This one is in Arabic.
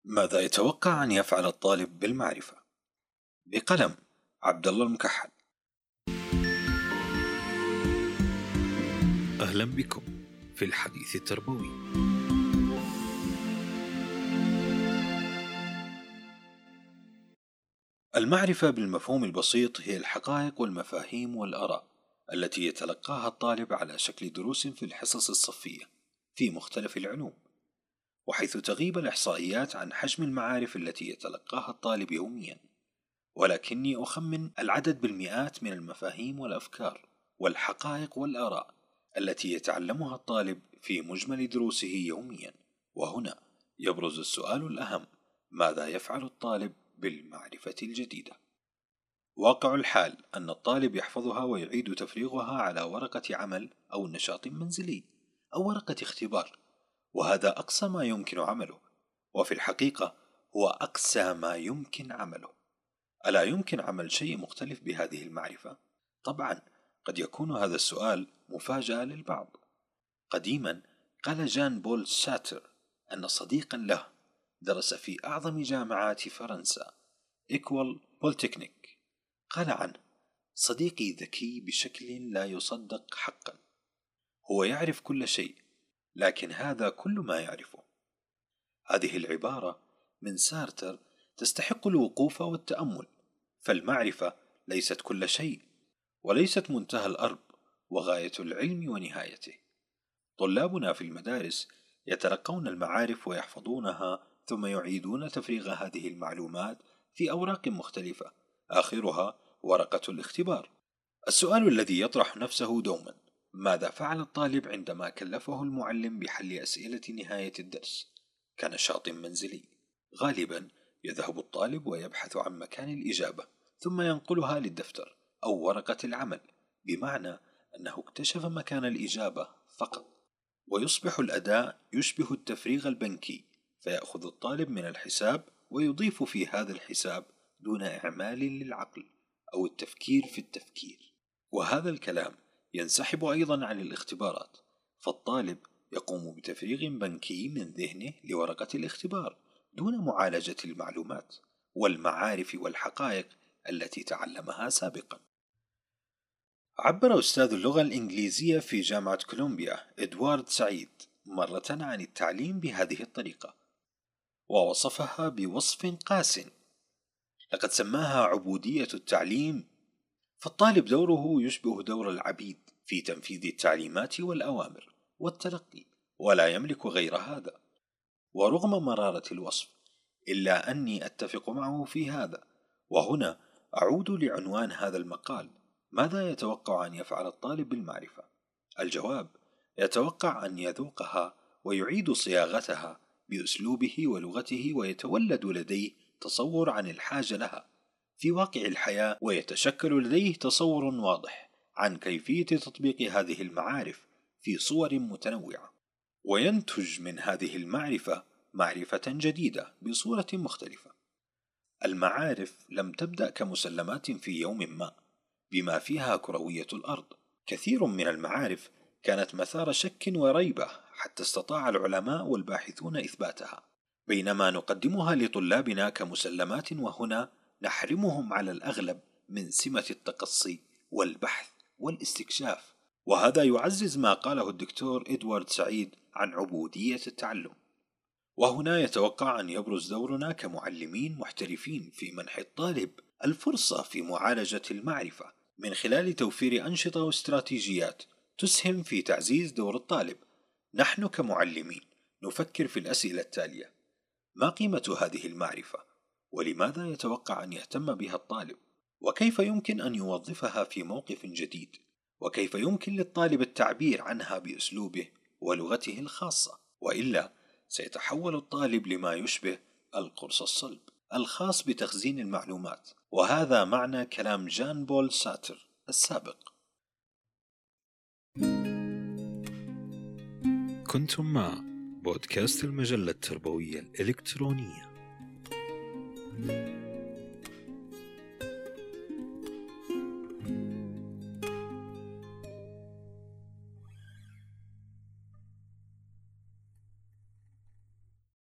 ماذا يتوقع أن يفعل الطالب بالمعرفة؟ بقلم عبد الله المكحل. أهلا بكم في الحديث التربوي. المعرفة بالمفهوم البسيط هي الحقائق والمفاهيم والآراء التي يتلقاها الطالب على شكل دروس في الحصص الصفية في مختلف العلوم، وحيث تغيب الإحصائيات عن حجم المعارف التي يتلقاها الطالب يوميا، ولكني أخمن العدد بالمئات من المفاهيم والأفكار والحقائق والآراء التي يتعلمها الطالب في مجمل دروسه يوميا. وهنا يبرز السؤال الأهم: ماذا يفعل الطالب بالمعرفة الجديدة؟ واقع الحال أن الطالب يحفظها ويعيد تفريغها على ورقة عمل أو نشاط منزلي أو ورقة اختبار، وهذا أقصى ما يمكن عمله، وفي الحقيقة هو أقسى ما يمكن عمله. ألا يمكن عمل شيء مختلف بهذه المعرفة؟ طبعا قد يكون هذا السؤال مفاجأة للبعض. قديما قال جان بول ساتر أن صديقا له درس في أعظم جامعات فرنسا إيكول بولتكنيك قال عنه: صديقي ذكي بشكل لا يصدق حقا، هو يعرف كل شيء لكن هذا كل ما يعرفه. هذه العبارة من سارتر تستحق الوقوف والتأمل، فالمعرفة ليست كل شيء، وليست منتهى الأرض وغاية العلم ونهايته. طلابنا في المدارس يتلقون المعارف ويحفظونها ثم يعيدون تفريغ هذه المعلومات في أوراق مختلفة، آخرها ورقة الاختبار. السؤال الذي يطرح نفسه دوما: ماذا فعل الطالب عندما كلفه المعلم بحل أسئلة نهاية الدرس كنشاط منزلي؟ غالبا يذهب الطالب ويبحث عن مكان الإجابة ثم ينقلها للدفتر أو ورقة العمل، بمعنى أنه اكتشف مكان الإجابة فقط، ويصبح الأداء يشبه التفريغ البنكي، فيأخذ الطالب من الحساب ويضيف في هذا الحساب دون إعمال للعقل أو التفكير في التفكير. وهذا الكلام ينسحب أيضا عن الاختبارات، فالطالب يقوم بتفريغ بنكي من ذهنه لورقة الاختبار دون معالجة المعلومات والمعارف والحقائق التي تعلمها سابقا. عبر أستاذ اللغة الإنجليزية في جامعة كولومبيا إدوارد سعيد مرة عن التعليم بهذه الطريقة، ووصفها بوصف قاس، لقد سماها عبودية التعليم. فالطالب دوره يشبه دور العبيد في تنفيذ التعليمات والأوامر والتلقي، ولا يملك غير هذا. ورغم مرارة الوصف إلا أني أتفق معه في هذا. وهنا أعود لعنوان هذا المقال: ماذا يتوقع أن يفعل الطالب بالمعرفة؟ الجواب: يتوقع أن يذوقها ويعيد صياغتها بأسلوبه ولغته، ويتولد لديه تصور عن الحاجة لها في واقع الحياة، ويتشكل لديه تصور واضح عن كيفية تطبيق هذه المعارف في صور متنوعة، وينتج من هذه المعرفة معرفة جديدة بصورة مختلفة. المعارف لم تبدأ كمسلمات في يوم ما بما فيها كروية الأرض. كثير من المعارف كانت مثار شك وريبة حتى استطاع العلماء والباحثون إثباتها، بينما نقدمها لطلابنا كمسلمات، وهنا نحرمهم على الأغلب من سمة التقصي والبحث والاستكشاف. وهذا يعزز ما قاله الدكتور إدوارد سعيد عن عبودية التعلم. وهنا يتوقع أن يبرز دورنا كمعلمين محترفين في منح الطالب الفرصة في معالجة المعرفة من خلال توفير أنشطة واستراتيجيات تسهم في تعزيز دور الطالب. نحن كمعلمين نفكر في الأسئلة التالية: ما قيمة هذه المعرفة؟ ولماذا يتوقع أن يهتم بها الطالب؟ وكيف يمكن أن يوظفها في موقف جديد؟ وكيف يمكن للطالب التعبير عنها بأسلوبه ولغته الخاصة؟ وإلا سيتحول الطالب لما يشبه القرص الصلب الخاص بتخزين المعلومات، وهذا معنى كلام جان بول ساتر السابق. كنتم مع بودكاست المجلة التربوية الإلكترونية.